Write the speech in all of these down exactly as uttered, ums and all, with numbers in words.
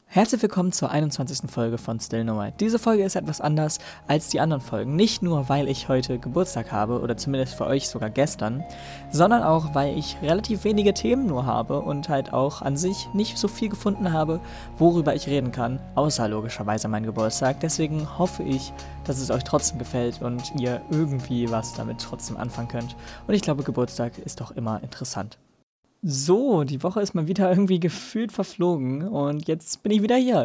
Herzlich willkommen zur einundzwanzigsten Folge von Still No White. Diese Folge ist etwas anders als die anderen Folgen. Nicht nur, weil ich heute Geburtstag habe, oder zumindest für euch sogar gestern, sondern auch, weil ich relativ wenige Themen nur habe und halt auch an sich nicht so viel gefunden habe, worüber ich reden kann, außer logischerweise mein Geburtstag. Deswegen hoffe ich, dass es euch trotzdem gefällt und ihr irgendwie was damit trotzdem anfangen könnt. Und ich glaube, Geburtstag ist doch immer interessant. So, die Woche ist mal wieder irgendwie gefühlt verflogen und jetzt bin ich wieder hier.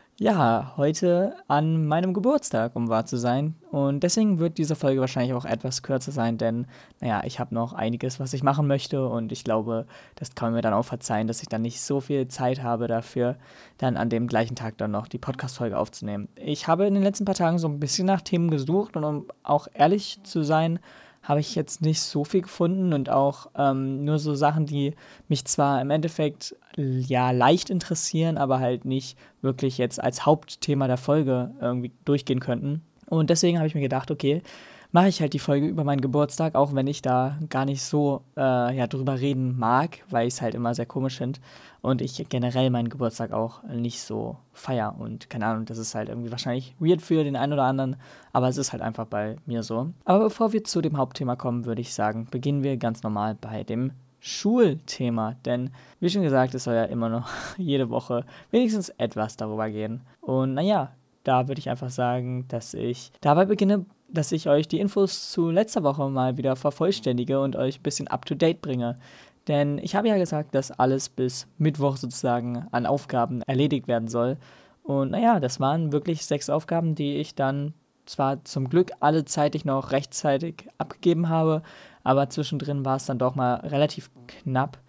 Ja, heute an meinem Geburtstag, um wahr zu sein. Und deswegen wird diese Folge wahrscheinlich auch etwas kürzer sein, denn, naja, ich habe noch einiges, was ich machen möchte und ich glaube, das kann man mir dann auch verzeihen, dass ich dann nicht so viel Zeit habe dafür, dann an dem gleichen Tag dann noch die Podcast-Folge aufzunehmen. Ich habe in den letzten paar Tagen so ein bisschen nach Themen gesucht und um auch ehrlich zu sein, habe ich jetzt nicht so viel gefunden und auch ähm, nur so Sachen, die mich zwar im Endeffekt ja leicht interessieren, aber halt nicht wirklich jetzt als Hauptthema der Folge irgendwie durchgehen könnten. Und deswegen habe ich mir gedacht, okay, mache ich halt die Folge über meinen Geburtstag, auch wenn ich da gar nicht so äh, ja, drüber reden mag, weil ich es halt immer sehr komisch finde und ich generell meinen Geburtstag auch nicht so feier und keine Ahnung, das ist halt irgendwie wahrscheinlich weird für den einen oder anderen, aber es ist halt einfach bei mir so. Aber bevor wir zu dem Hauptthema kommen, würde ich sagen, beginnen wir ganz normal bei dem Schulthema, denn wie schon gesagt, es soll ja immer noch jede Woche wenigstens etwas darüber gehen und naja, da würde ich einfach sagen, dass ich dabei beginne, dass ich euch die Infos zu letzter Woche mal wieder vervollständige und euch ein bisschen up-to-date bringe. Denn ich habe ja gesagt, dass alles bis Mittwoch sozusagen an Aufgaben erledigt werden soll. Und naja, das waren wirklich sechs Aufgaben, die ich dann zwar zum Glück alle zeitig noch rechtzeitig abgegeben habe, aber zwischendrin war es dann doch mal relativ knapp.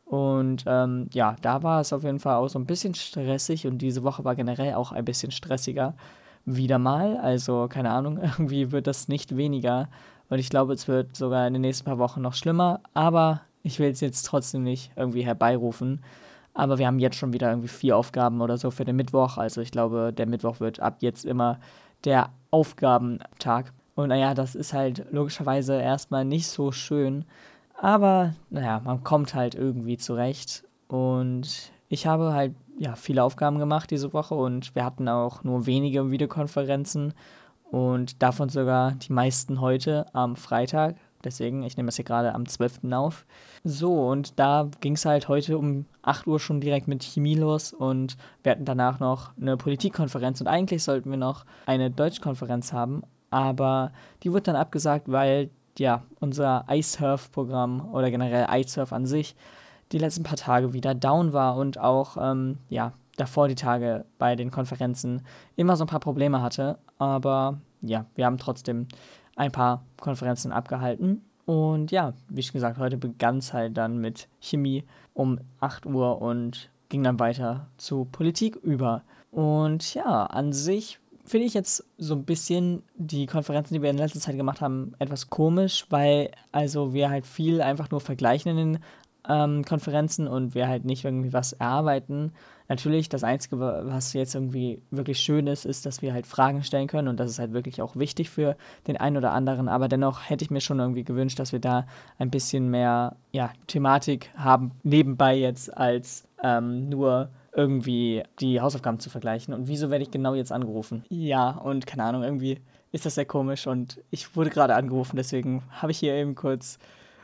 Und ähm, ja, da war es auf jeden Fall auch so ein bisschen stressig und diese Woche war generell auch ein bisschen stressiger. Wieder mal, also keine Ahnung, irgendwie wird das nicht weniger und ich glaube, es wird sogar in den nächsten paar Wochen noch schlimmer, aber ich will es jetzt trotzdem nicht irgendwie herbeirufen, aber wir haben jetzt schon wieder irgendwie vier Aufgaben oder so für den Mittwoch, also ich glaube, der Mittwoch wird ab jetzt immer der Aufgabentag und naja, das ist halt logischerweise erstmal nicht so schön, aber naja, man kommt halt irgendwie zurecht und ich habe halt ja, viele Aufgaben gemacht diese Woche und wir hatten auch nur wenige Videokonferenzen und davon sogar die meisten heute am Freitag. Deswegen, ich nehme das hier gerade am zwölften auf. So, und da ging es halt heute um acht Uhr schon direkt mit Chemie los und wir hatten danach noch eine Politikkonferenz und eigentlich sollten wir noch eine Deutschkonferenz haben, aber die wurde dann abgesagt, weil ja, unser iSurf-Programm oder generell iSurf an sich die letzten paar Tage wieder down war und auch, ähm, ja, davor die Tage bei den Konferenzen immer so ein paar Probleme hatte. Aber ja, wir haben trotzdem ein paar Konferenzen abgehalten. Und ja, wie schon gesagt, heute begann es halt dann mit Chemie um acht Uhr und ging dann weiter zu Politik über. Und ja, an sich finde ich jetzt so ein bisschen die Konferenzen, die wir in letzter Zeit gemacht haben, etwas komisch, weil also wir halt viel einfach nur vergleichen in den ähm, Konferenzen und wir halt nicht irgendwie was erarbeiten. Natürlich, das Einzige, was jetzt irgendwie wirklich schön ist, ist, dass wir halt Fragen stellen können und das ist halt wirklich auch wichtig für den einen oder anderen, aber dennoch hätte ich mir schon irgendwie gewünscht, dass wir da ein bisschen mehr, ja, Thematik haben, nebenbei jetzt als ähm, nur irgendwie die Hausaufgaben zu vergleichen. Und wieso werde ich genau jetzt angerufen? Ja, und keine Ahnung, irgendwie ist das sehr komisch und ich wurde gerade angerufen, deswegen habe ich hier eben kurz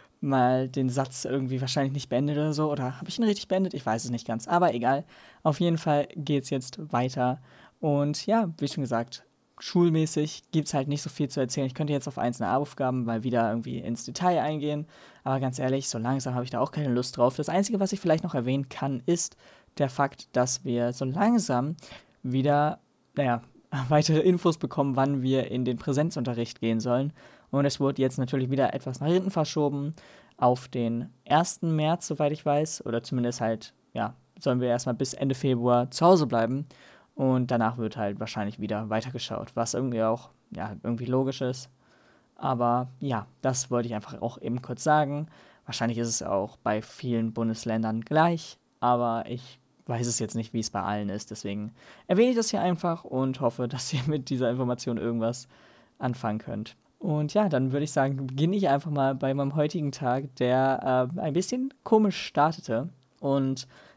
mal den Satz irgendwie wahrscheinlich nicht beendet oder so. Oder habe ich ihn richtig beendet? Ich weiß es nicht ganz. Aber egal. Auf jeden Fall geht es jetzt weiter. Und ja, wie schon gesagt, schulmäßig gibt es halt nicht so viel zu erzählen. Ich könnte jetzt auf einzelne Aufgaben mal wieder irgendwie ins Detail eingehen. Aber ganz ehrlich, so langsam habe ich da auch keine Lust drauf. Das Einzige, was ich vielleicht noch erwähnen kann, ist der Fakt, dass wir so langsam wieder, naja, weitere Infos bekommen, wann wir in den Präsenzunterricht gehen sollen. Und es wurde jetzt natürlich wieder etwas nach hinten verschoben auf den ersten März, soweit ich weiß. Oder zumindest halt, ja, sollen wir erstmal bis Ende Februar zu Hause bleiben. Und danach wird halt wahrscheinlich wieder weitergeschaut, was irgendwie auch, ja, irgendwie logisch ist. Aber ja, das wollte ich einfach auch eben kurz sagen. Wahrscheinlich ist es auch bei vielen Bundesländern gleich, aber ich weiß es jetzt nicht, wie es bei allen ist. Deswegen erwähne ich das hier einfach und hoffe, dass ihr mit dieser Information irgendwas anfangen könnt. Und ja, dann würde ich sagen, beginne ich einfach mal bei meinem heutigen Tag, der äh, ein bisschen komisch startete. Und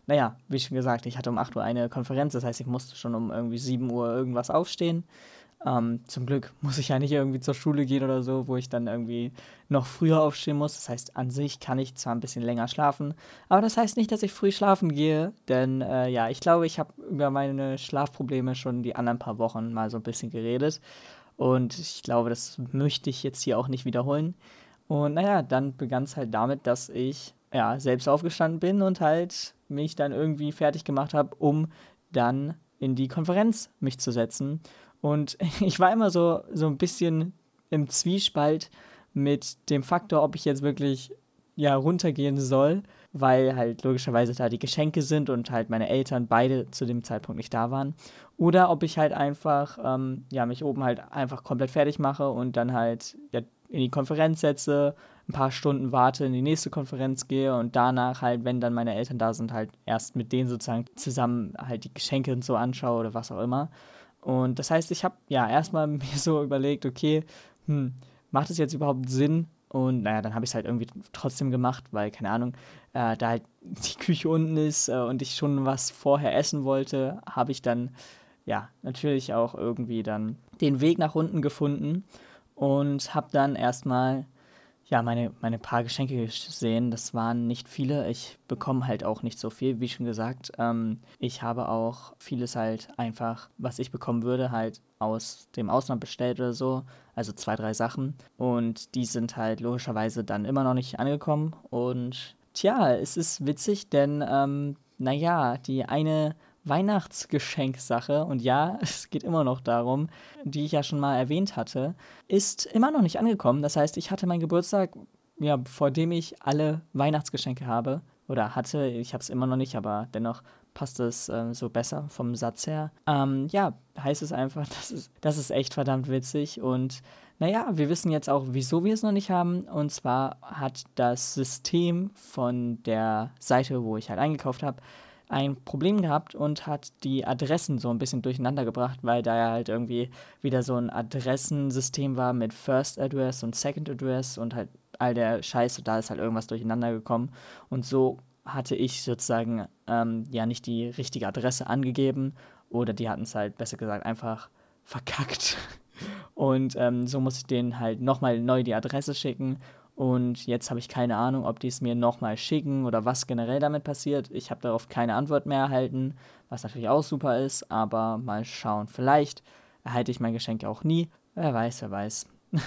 naja, wie schon gesagt, ich hatte um acht Uhr eine Konferenz, das heißt, ich musste schon um irgendwie sieben Uhr irgendwas aufstehen. Ähm, zum Glück muss ich ja nicht irgendwie zur Schule gehen oder so, wo ich dann irgendwie noch früher aufstehen muss. Das heißt, an sich kann ich zwar ein bisschen länger schlafen, aber das heißt nicht, dass ich früh schlafen gehe, denn äh, ja, ich glaube, ich habe über meine Schlafprobleme schon die anderen paar Wochen mal so ein bisschen geredet und ich glaube, das möchte ich jetzt hier auch nicht wiederholen. Und naja, dann begann es halt damit, dass ich ja selbst aufgestanden bin und halt mich dann irgendwie fertig gemacht habe, um dann in die Konferenz mich zu setzen. Und ich war immer so, so ein bisschen im Zwiespalt mit dem Faktor, ob ich jetzt wirklich ja runtergehen soll, weil halt logischerweise da die Geschenke sind und halt meine Eltern beide zu dem Zeitpunkt nicht da waren. Oder ob ich halt einfach, ähm, ja, mich oben halt einfach komplett fertig mache und dann halt ja, in die Konferenz setze, ein paar Stunden warte, in die nächste Konferenz gehe und danach halt, wenn dann meine Eltern da sind, halt erst mit denen sozusagen zusammen halt die Geschenke und so anschaue oder was auch immer. Und das heißt, ich habe ja erstmal mir so überlegt, okay, hm, macht es jetzt überhaupt Sinn? Und naja, dann habe ich es halt irgendwie trotzdem gemacht, weil, keine Ahnung, äh, da halt die Küche unten ist äh, und ich schon was vorher essen wollte, habe ich dann ja natürlich auch irgendwie dann den Weg nach unten gefunden und habe dann erstmal ja, meine, meine paar Geschenke gesehen, das waren nicht viele. Ich bekomme halt auch nicht so viel, wie schon gesagt. Ähm, ich habe auch vieles halt einfach, was ich bekommen würde, halt aus dem Ausland bestellt oder so. Also zwei, drei Sachen. Und die sind halt logischerweise dann immer noch nicht angekommen. Und tja, es ist witzig, denn, ähm, naja, die eine Weihnachtsgeschenksache, und ja, es geht immer noch darum, die ich ja schon mal erwähnt hatte, ist immer noch nicht angekommen. Das heißt, ich hatte meinen Geburtstag, ja, vor dem ich alle Weihnachtsgeschenke habe. Oder hatte, ich habe es immer noch nicht, aber dennoch passt es äh, so besser vom Satz her. Ähm, ja, heißt es einfach, das ist, das ist echt verdammt witzig. Und naja, wir wissen jetzt auch, wieso wir es noch nicht haben. Und zwar hat das System von der Seite, wo ich halt eingekauft habe, ein Problem gehabt und hat die Adressen so ein bisschen durcheinander gebracht, weil da ja halt irgendwie wieder so ein Adressensystem war mit First Address und Second Address und halt all der Scheiße, da ist halt irgendwas durcheinander gekommen. Und so hatte ich sozusagen ähm, ja nicht die richtige Adresse angegeben oder die hatten es halt besser gesagt einfach verkackt. Und ähm, so muss ich denen halt nochmal neu die Adresse schicken. Und jetzt habe ich keine Ahnung, ob die es mir nochmal schicken oder was generell damit passiert. Ich habe darauf keine Antwort mehr erhalten, was natürlich auch super ist, aber mal schauen. Vielleicht erhalte ich mein Geschenk auch nie. Wer weiß, wer weiß.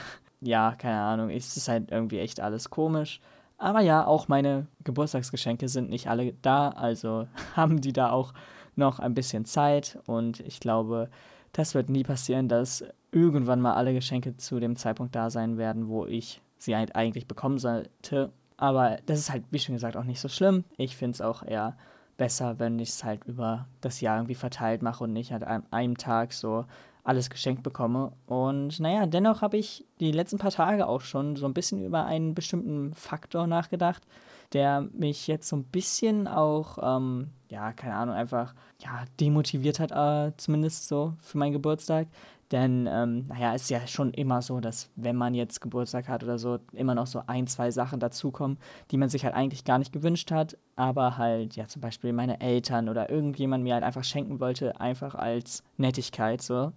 Ja, keine Ahnung. Es ist halt irgendwie echt alles komisch. Aber ja, auch meine Geburtstagsgeschenke sind nicht alle da, also haben die da auch noch ein bisschen Zeit. Und ich glaube, das wird nie passieren, dass irgendwann mal alle Geschenke zu dem Zeitpunkt da sein werden, wo ich sie halt eigentlich bekommen sollte. Aber das ist halt, wie schon gesagt, auch nicht so schlimm. Ich finde es auch eher besser, wenn ich es halt über das Jahr irgendwie verteilt mache und nicht halt an einem Tag so alles geschenkt bekomme. Und naja, dennoch habe ich die letzten paar Tage auch schon so ein bisschen über einen bestimmten Faktor nachgedacht, der mich jetzt so ein bisschen auch, ähm, ja, keine Ahnung, einfach, ja, demotiviert hat, äh, zumindest so für meinen Geburtstag. Denn, ähm, naja, es ist ja schon immer so, dass wenn man jetzt Geburtstag hat oder so, immer noch so ein, zwei Sachen dazukommen, die man sich halt eigentlich gar nicht gewünscht hat, aber halt, ja, zum Beispiel meine Eltern oder irgendjemand mir halt einfach schenken wollte, einfach als Nettigkeit, so.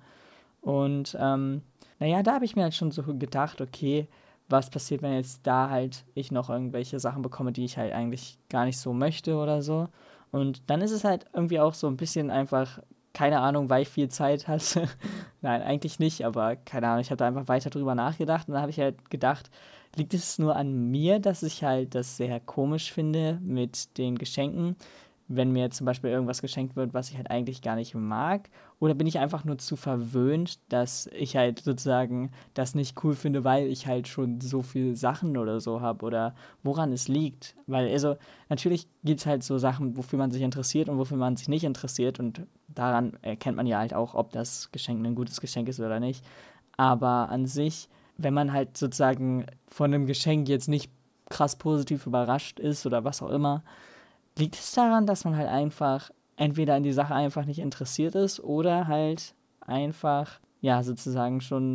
Und, ähm, naja, da habe ich mir halt schon so gedacht, okay, was passiert, wenn jetzt da halt ich noch irgendwelche Sachen bekomme, die ich halt eigentlich gar nicht so möchte oder so. Und dann ist es halt irgendwie auch so ein bisschen einfach, keine Ahnung, weil ich viel Zeit hatte. Nein, eigentlich nicht, aber keine Ahnung, ich habe da einfach weiter drüber nachgedacht und dann habe ich halt gedacht, liegt es nur an mir, dass ich halt das sehr komisch finde mit den Geschenken, wenn mir zum Beispiel irgendwas geschenkt wird, was ich halt eigentlich gar nicht mag? Oder bin ich einfach nur zu verwöhnt, dass ich halt sozusagen das nicht cool finde, weil ich halt schon so viele Sachen oder so habe? Oder woran es liegt? Weil, also, natürlich gibt es halt so Sachen, wofür man sich interessiert und wofür man sich nicht interessiert. Und daran erkennt man ja halt auch, ob das Geschenk ein gutes Geschenk ist oder nicht. Aber an sich, wenn man halt sozusagen von einem Geschenk jetzt nicht krass positiv überrascht ist oder was auch immer, liegt es daran, dass man halt einfach entweder in die Sache einfach nicht interessiert ist oder halt einfach, ja, sozusagen schon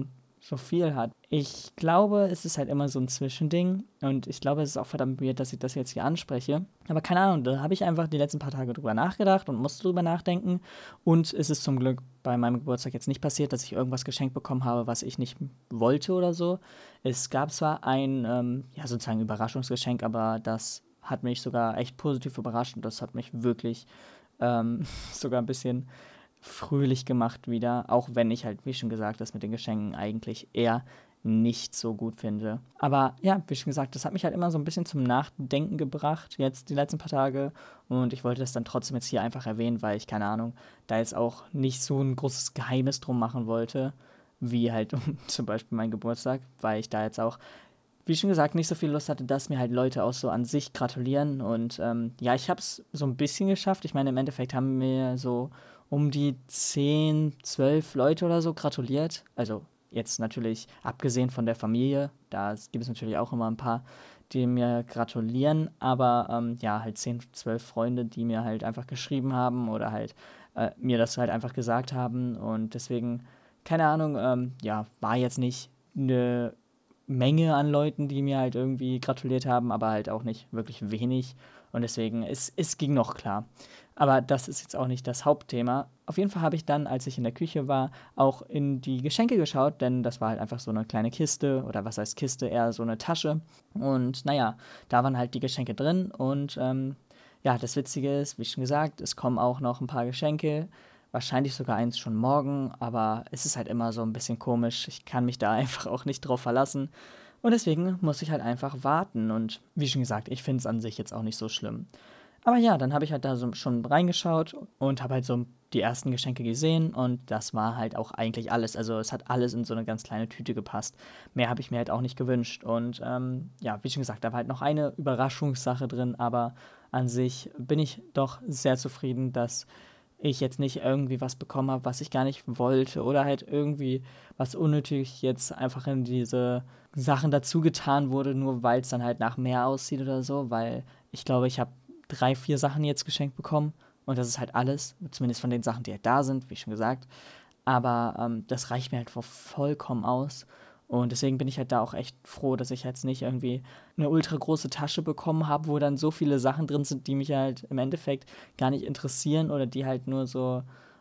so viel hat. Ich glaube, es ist halt immer so ein Zwischending und ich glaube, es ist auch verdammt weird, dass ich das jetzt hier anspreche. Aber keine Ahnung, da habe ich einfach die letzten paar Tage drüber nachgedacht und musste drüber nachdenken und es ist zum Glück bei meinem Geburtstag jetzt nicht passiert, dass ich irgendwas geschenkt bekommen habe, was ich nicht wollte oder so. Es gab zwar ein, ähm, ja, sozusagen Überraschungsgeschenk, aber das hat mich sogar echt positiv überrascht und das hat mich wirklich ähm, sogar ein bisschen fröhlich gemacht wieder, auch wenn ich halt, wie schon gesagt, das mit den Geschenken eigentlich eher nicht so gut finde. Aber ja, wie schon gesagt, das hat mich halt immer so ein bisschen zum Nachdenken gebracht, jetzt die letzten paar Tage. Und ich wollte das dann trotzdem jetzt hier einfach erwähnen, weil ich, keine Ahnung, da jetzt auch nicht so ein großes Geheimnis drum machen wollte, wie halt um zum Beispiel mein Geburtstag, weil ich da jetzt auch, wie schon gesagt, nicht so viel Lust hatte, dass mir halt Leute auch so an sich gratulieren. Und ähm, ja, ich habe es so ein bisschen geschafft. Ich meine, im Endeffekt haben mir so um die zehn, zwölf Leute oder so gratuliert. Also jetzt natürlich abgesehen von der Familie. Da gibt es natürlich auch immer ein paar, die mir gratulieren. Aber ähm, ja, halt zehn, zwölf Freunde, die mir halt einfach geschrieben haben oder halt äh, mir das halt einfach gesagt haben. Und deswegen, keine Ahnung, ähm, ja, war jetzt nicht eine Menge an Leuten, die mir halt irgendwie gratuliert haben, aber halt auch nicht wirklich wenig. Und deswegen, es, es ging noch klar. Aber das ist jetzt auch nicht das Hauptthema. Auf jeden Fall habe ich dann, als ich in der Küche war, auch in die Geschenke geschaut, denn das war halt einfach so eine kleine Kiste oder was heißt Kiste, eher so eine Tasche. Und naja, da waren halt die Geschenke drin und ähm, ja, das Witzige ist, wie schon gesagt, es kommen auch noch ein paar Geschenke. Wahrscheinlich sogar eins schon morgen, aber es ist halt immer so ein bisschen komisch. Ich kann mich da einfach auch nicht drauf verlassen. Und deswegen muss ich halt einfach warten. Und wie schon gesagt, ich finde es an sich jetzt auch nicht so schlimm. Aber ja, dann habe ich halt da so schon reingeschaut und habe halt so die ersten Geschenke gesehen und das war halt auch eigentlich alles. Also es hat alles in so eine ganz kleine Tüte gepasst. Mehr habe ich mir halt auch nicht gewünscht. Und ähm, ja, wie schon gesagt, da war halt noch eine Überraschungssache drin, aber an sich bin ich doch sehr zufrieden, dass ich jetzt nicht irgendwie was bekommen habe, was ich gar nicht wollte oder halt irgendwie was unnötig jetzt einfach in diese Sachen dazu getan wurde, nur weil es dann halt nach mehr aussieht oder so, weil ich glaube, ich habe drei, vier Sachen jetzt geschenkt bekommen und das ist halt alles, zumindest von den Sachen, die halt da sind, wie schon gesagt. Aber ähm, das reicht mir halt vollkommen aus. Und deswegen bin ich halt da auch echt froh, dass ich jetzt nicht irgendwie eine ultra große Tasche bekommen habe, wo dann so viele Sachen drin sind, die mich halt im Endeffekt gar nicht interessieren oder die halt nur so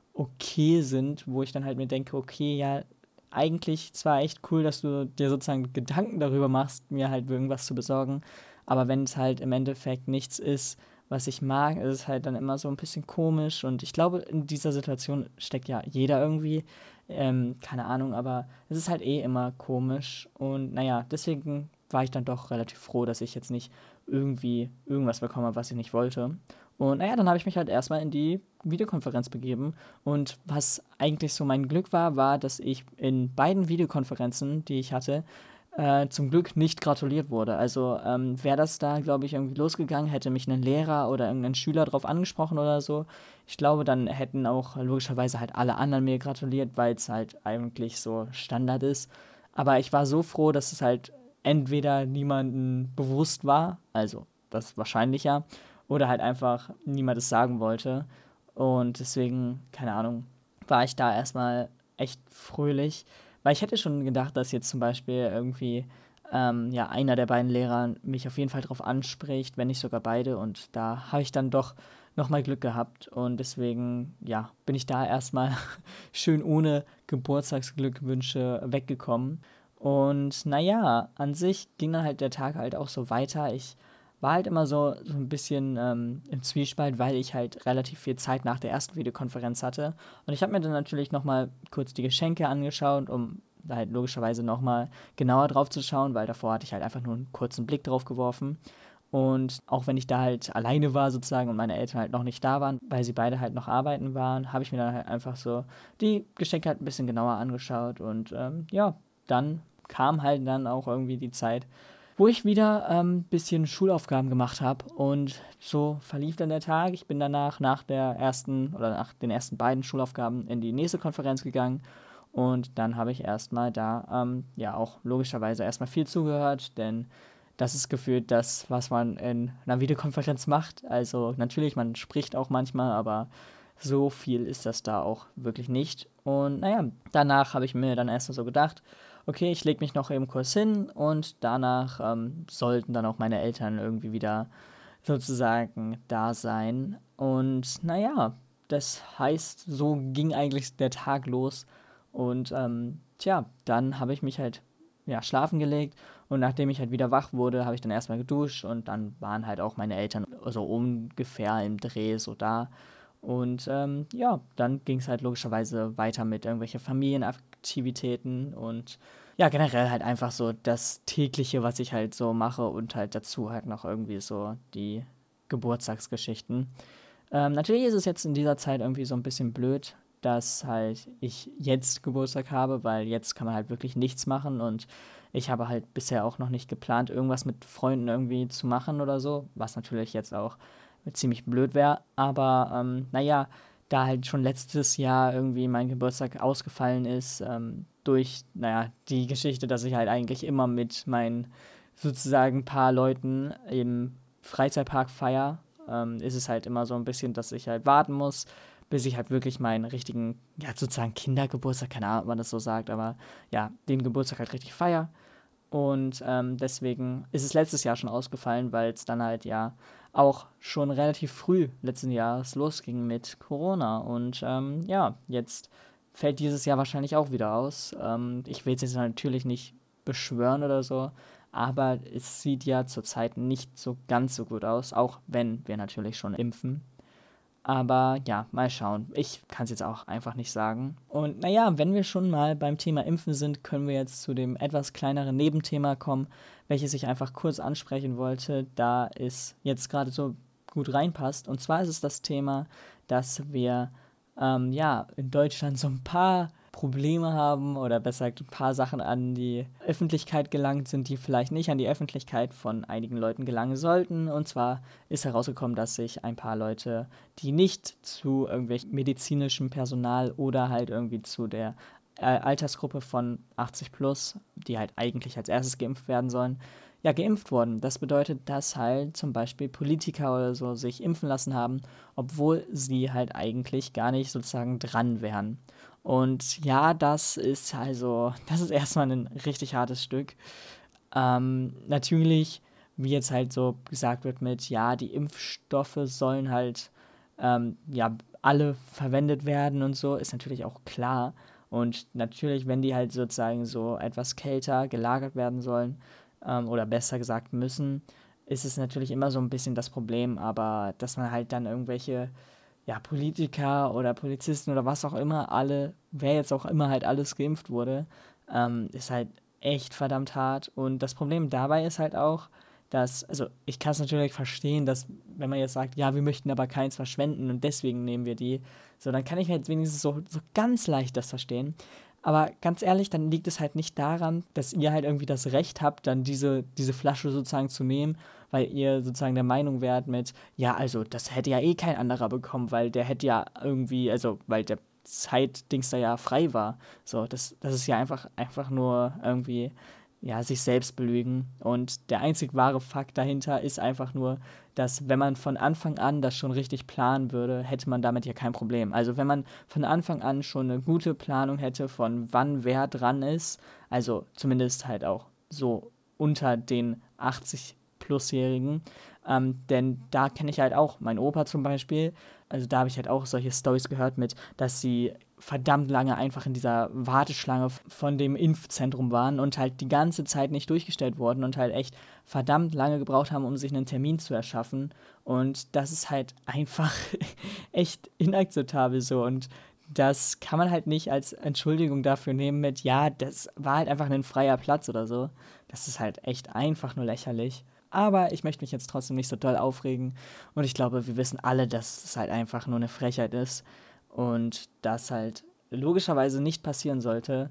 okay sind, wo ich dann halt mir denke, okay, ja, eigentlich zwar echt cool, dass du dir sozusagen Gedanken darüber machst, mir halt irgendwas zu besorgen, aber wenn es halt im Endeffekt nichts ist, was ich mag, ist es halt dann immer so ein bisschen komisch und ich glaube, in dieser Situation steckt ja jeder irgendwie, ähm, keine Ahnung, aber es ist halt eh immer komisch und naja, deswegen war ich dann doch relativ froh, dass ich jetzt nicht irgendwie irgendwas bekommen habe, was ich nicht wollte. Und naja, dann habe ich mich halt erstmal in die Videokonferenz begeben. Und was eigentlich so mein Glück war, war, dass ich in beiden Videokonferenzen, die ich hatte, äh, zum Glück nicht gratuliert wurde. Also ähm, wäre das da, glaube ich, irgendwie losgegangen, hätte mich ein Lehrer oder irgendein Schüler drauf angesprochen oder so. Ich glaube, dann hätten auch logischerweise halt alle anderen mir gratuliert, weil es halt eigentlich so Standard ist. Aber ich war so froh, dass es halt entweder niemandem bewusst war, also das wahrscheinlich ja, oder halt einfach niemand es sagen wollte. Und deswegen, keine Ahnung, war ich da erstmal echt fröhlich. Weil ich hätte schon gedacht, dass jetzt zum Beispiel irgendwie ähm, ja, einer der beiden Lehrer mich auf jeden Fall drauf anspricht, wenn nicht sogar beide. Und da habe ich dann doch nochmal Glück gehabt. Und deswegen, ja, bin ich da erstmal schön ohne Geburtstagsglückwünsche weggekommen. Und naja, an sich ging dann halt der Tag halt auch so weiter. Ich war halt immer so, so ein bisschen ähm, im Zwiespalt, weil ich halt relativ viel Zeit nach der ersten Videokonferenz hatte. Und ich habe mir dann natürlich nochmal kurz die Geschenke angeschaut, um da halt logischerweise nochmal genauer drauf zu schauen, weil davor hatte ich halt einfach nur einen kurzen Blick drauf geworfen. Und auch wenn ich da halt alleine war sozusagen und meine Eltern halt noch nicht da waren, weil sie beide halt noch arbeiten waren, habe ich mir dann halt einfach so die Geschenke halt ein bisschen genauer angeschaut. Und ähm, ja, dann kam halt dann auch irgendwie die Zeit, wo ich wieder ein ähm, bisschen Schulaufgaben gemacht habe und so verlief dann der Tag. Ich bin danach nach der ersten oder nach den ersten beiden Schulaufgaben in die nächste Konferenz gegangen und dann habe ich erstmal da ähm, ja auch logischerweise erstmal viel zugehört, denn das ist gefühlt das, was man in einer Videokonferenz macht. Also natürlich, man spricht auch manchmal, aber so viel ist das da auch wirklich nicht. Und naja, danach habe ich mir dann erstmal so gedacht, okay, ich lege mich noch eben kurz hin und danach ähm, sollten dann auch meine Eltern irgendwie wieder sozusagen da sein. Und naja, das heißt, so ging eigentlich der Tag los. Und ähm, tja, dann habe ich mich halt ja, schlafen gelegt und nachdem ich halt wieder wach wurde, habe ich dann erstmal geduscht und dann waren halt auch meine Eltern so ungefähr im Dreh so da. Und ähm, ja, dann ging es halt logischerweise weiter mit irgendwelchen Familienaktivitäten und ja, generell halt einfach so das tägliche, was ich halt so mache und halt dazu halt noch irgendwie so die Geburtstagsgeschichten. Ähm, natürlich ist es jetzt in dieser Zeit irgendwie so ein bisschen blöd, dass halt ich jetzt Geburtstag habe, weil jetzt kann man halt wirklich nichts machen und ich habe halt bisher auch noch nicht geplant, irgendwas mit Freunden irgendwie zu machen oder so, was natürlich jetzt auch ziemlich blöd wäre. Aber ähm, naja, da halt schon letztes Jahr irgendwie mein Geburtstag ausgefallen ist, ähm, durch, naja, die Geschichte, dass ich halt eigentlich immer mit meinen sozusagen paar Leuten im Freizeitpark feier, ähm, ist es halt immer so ein bisschen, dass ich halt warten muss, bis ich halt wirklich meinen richtigen, ja, sozusagen Kindergeburtstag, keine Ahnung, ob man das so sagt, aber ja, den Geburtstag halt richtig feier. Und ähm, deswegen ist es letztes Jahr schon ausgefallen, weil es dann halt ja auch schon relativ früh letzten Jahres losging mit Corona. Und ähm, ja, jetzt fällt dieses Jahr wahrscheinlich auch wieder aus. Ähm, ich will es jetzt natürlich nicht beschwören oder so, aber es sieht ja zurzeit nicht so ganz so gut aus, auch wenn wir natürlich schon impfen. Aber ja, mal schauen. Ich kann es jetzt auch einfach nicht sagen. Und naja, wenn wir schon mal beim Thema Impfen sind, können wir jetzt zu dem etwas kleineren Nebenthema kommen, welches ich einfach kurz ansprechen wollte, da es jetzt gerade so gut reinpasst. Und zwar ist es das Thema, dass wir ähm, ja in Deutschland so ein paar Probleme haben oder besser gesagt ein paar Sachen an die Öffentlichkeit gelangt sind, die vielleicht nicht an die Öffentlichkeit von einigen Leuten gelangen sollten. Und zwar ist herausgekommen, dass sich ein paar Leute, die nicht zu irgendwelchen medizinischem Personal oder halt irgendwie zu der äh, Altersgruppe von achtzig plus, die halt eigentlich als erstes geimpft werden sollen, ja, geimpft wurden. Das bedeutet, dass halt zum Beispiel Politiker oder so sich impfen lassen haben, obwohl sie halt eigentlich gar nicht sozusagen dran wären. Und ja, das ist also, das ist erstmal ein richtig hartes Stück. Ähm, natürlich, wie jetzt halt so gesagt wird mit, ja, die Impfstoffe sollen halt, ähm, ja, alle verwendet werden und so, ist natürlich auch klar. Und natürlich, wenn die halt sozusagen so etwas kälter gelagert werden sollen, ähm, oder besser gesagt müssen, ist es natürlich immer so ein bisschen das Problem, aber dass man halt dann irgendwelche ja, Politiker oder Polizisten oder was auch immer, alle, wer jetzt auch immer halt alles geimpft wurde, ähm, ist halt echt verdammt hart. Und das Problem dabei ist halt auch, dass, also ich kann es natürlich verstehen, dass wenn man jetzt sagt, ja, wir möchten aber keins verschwenden und deswegen nehmen wir die, so, dann kann ich jetzt wenigstens so, so ganz leicht das verstehen. Aber ganz ehrlich, dann liegt es halt nicht daran, dass ihr halt irgendwie das Recht habt, dann diese, diese Flasche sozusagen zu nehmen, weil ihr sozusagen der Meinung wärt mit, ja, also das hätte ja eh kein anderer bekommen, weil der hätte ja irgendwie, also weil der Zeitdings da ja frei war. So, das, das ist ja einfach, einfach nur irgendwie, ja, sich selbst belügen. Und der einzig wahre Fakt dahinter ist einfach nur, dass wenn man von Anfang an das schon richtig planen würde, hätte man damit ja kein Problem. Also wenn man von Anfang an schon eine gute Planung hätte, von wann wer dran ist, also zumindest halt auch so unter den achtzig Plusjährigen, ähm, denn da kenne ich halt auch mein Opa zum Beispiel, also da habe ich halt auch solche Stories gehört mit, dass sie verdammt lange einfach in dieser Warteschlange von dem Impfzentrum waren und halt die ganze Zeit nicht durchgestellt wurden und halt echt verdammt lange gebraucht haben, um sich einen Termin zu erschaffen. Und das ist halt einfach echt inakzeptabel so. Und das kann man halt nicht als Entschuldigung dafür nehmen mit, ja, das war halt einfach ein freier Platz oder so. Das ist halt echt einfach nur lächerlich. Aber ich möchte mich jetzt trotzdem nicht so doll aufregen. Und ich glaube, wir wissen alle, dass es halt einfach nur eine Frechheit ist. Und das halt logischerweise nicht passieren sollte.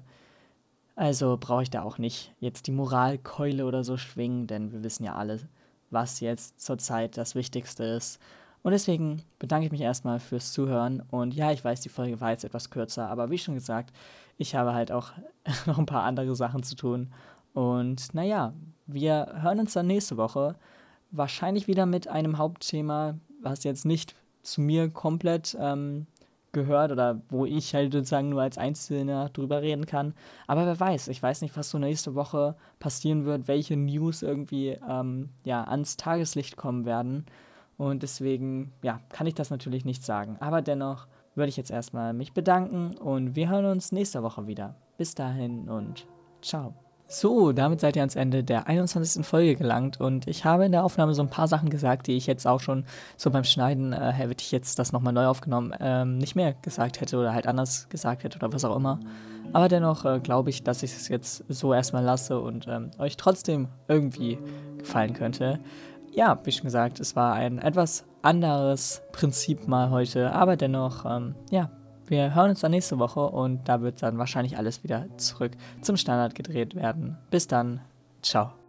Also brauche ich da auch nicht jetzt die Moralkeule oder so schwingen, denn wir wissen ja alle, was jetzt zurzeit das Wichtigste ist. Und deswegen bedanke ich mich erstmal fürs Zuhören. Und ja, ich weiß, die Folge war jetzt etwas kürzer, aber wie schon gesagt, ich habe halt auch noch ein paar andere Sachen zu tun. Und naja, wir hören uns dann nächste Woche. Wahrscheinlich wieder mit einem Hauptthema, was jetzt nicht zu mir komplett ähm, gehört oder wo ich halt sozusagen nur als Einzelner drüber reden kann. Aber wer weiß, ich weiß nicht, was so nächste Woche passieren wird, welche News irgendwie ähm, ja, ans Tageslicht kommen werden. Und deswegen, ja, kann ich das natürlich nicht sagen. Aber dennoch würde ich jetzt erstmal mich bedanken und wir hören uns nächste Woche wieder. Bis dahin und ciao. So, damit seid ihr ans Ende der einundzwanzigsten Folge gelangt und ich habe in der Aufnahme so ein paar Sachen gesagt, die ich jetzt auch schon so beim Schneiden, äh, hätte ich jetzt das nochmal neu aufgenommen, ähm, nicht mehr gesagt hätte oder halt anders gesagt hätte oder was auch immer. Aber dennoch äh, glaube ich, dass ich es jetzt so erstmal lasse und ähm, euch trotzdem irgendwie gefallen könnte. Ja, wie schon gesagt, es war ein etwas anderes Prinzip mal heute, aber dennoch, ähm, ja, wir hören uns dann nächste Woche und da wird dann wahrscheinlich alles wieder zurück zum Standard gedreht werden. Bis dann, ciao.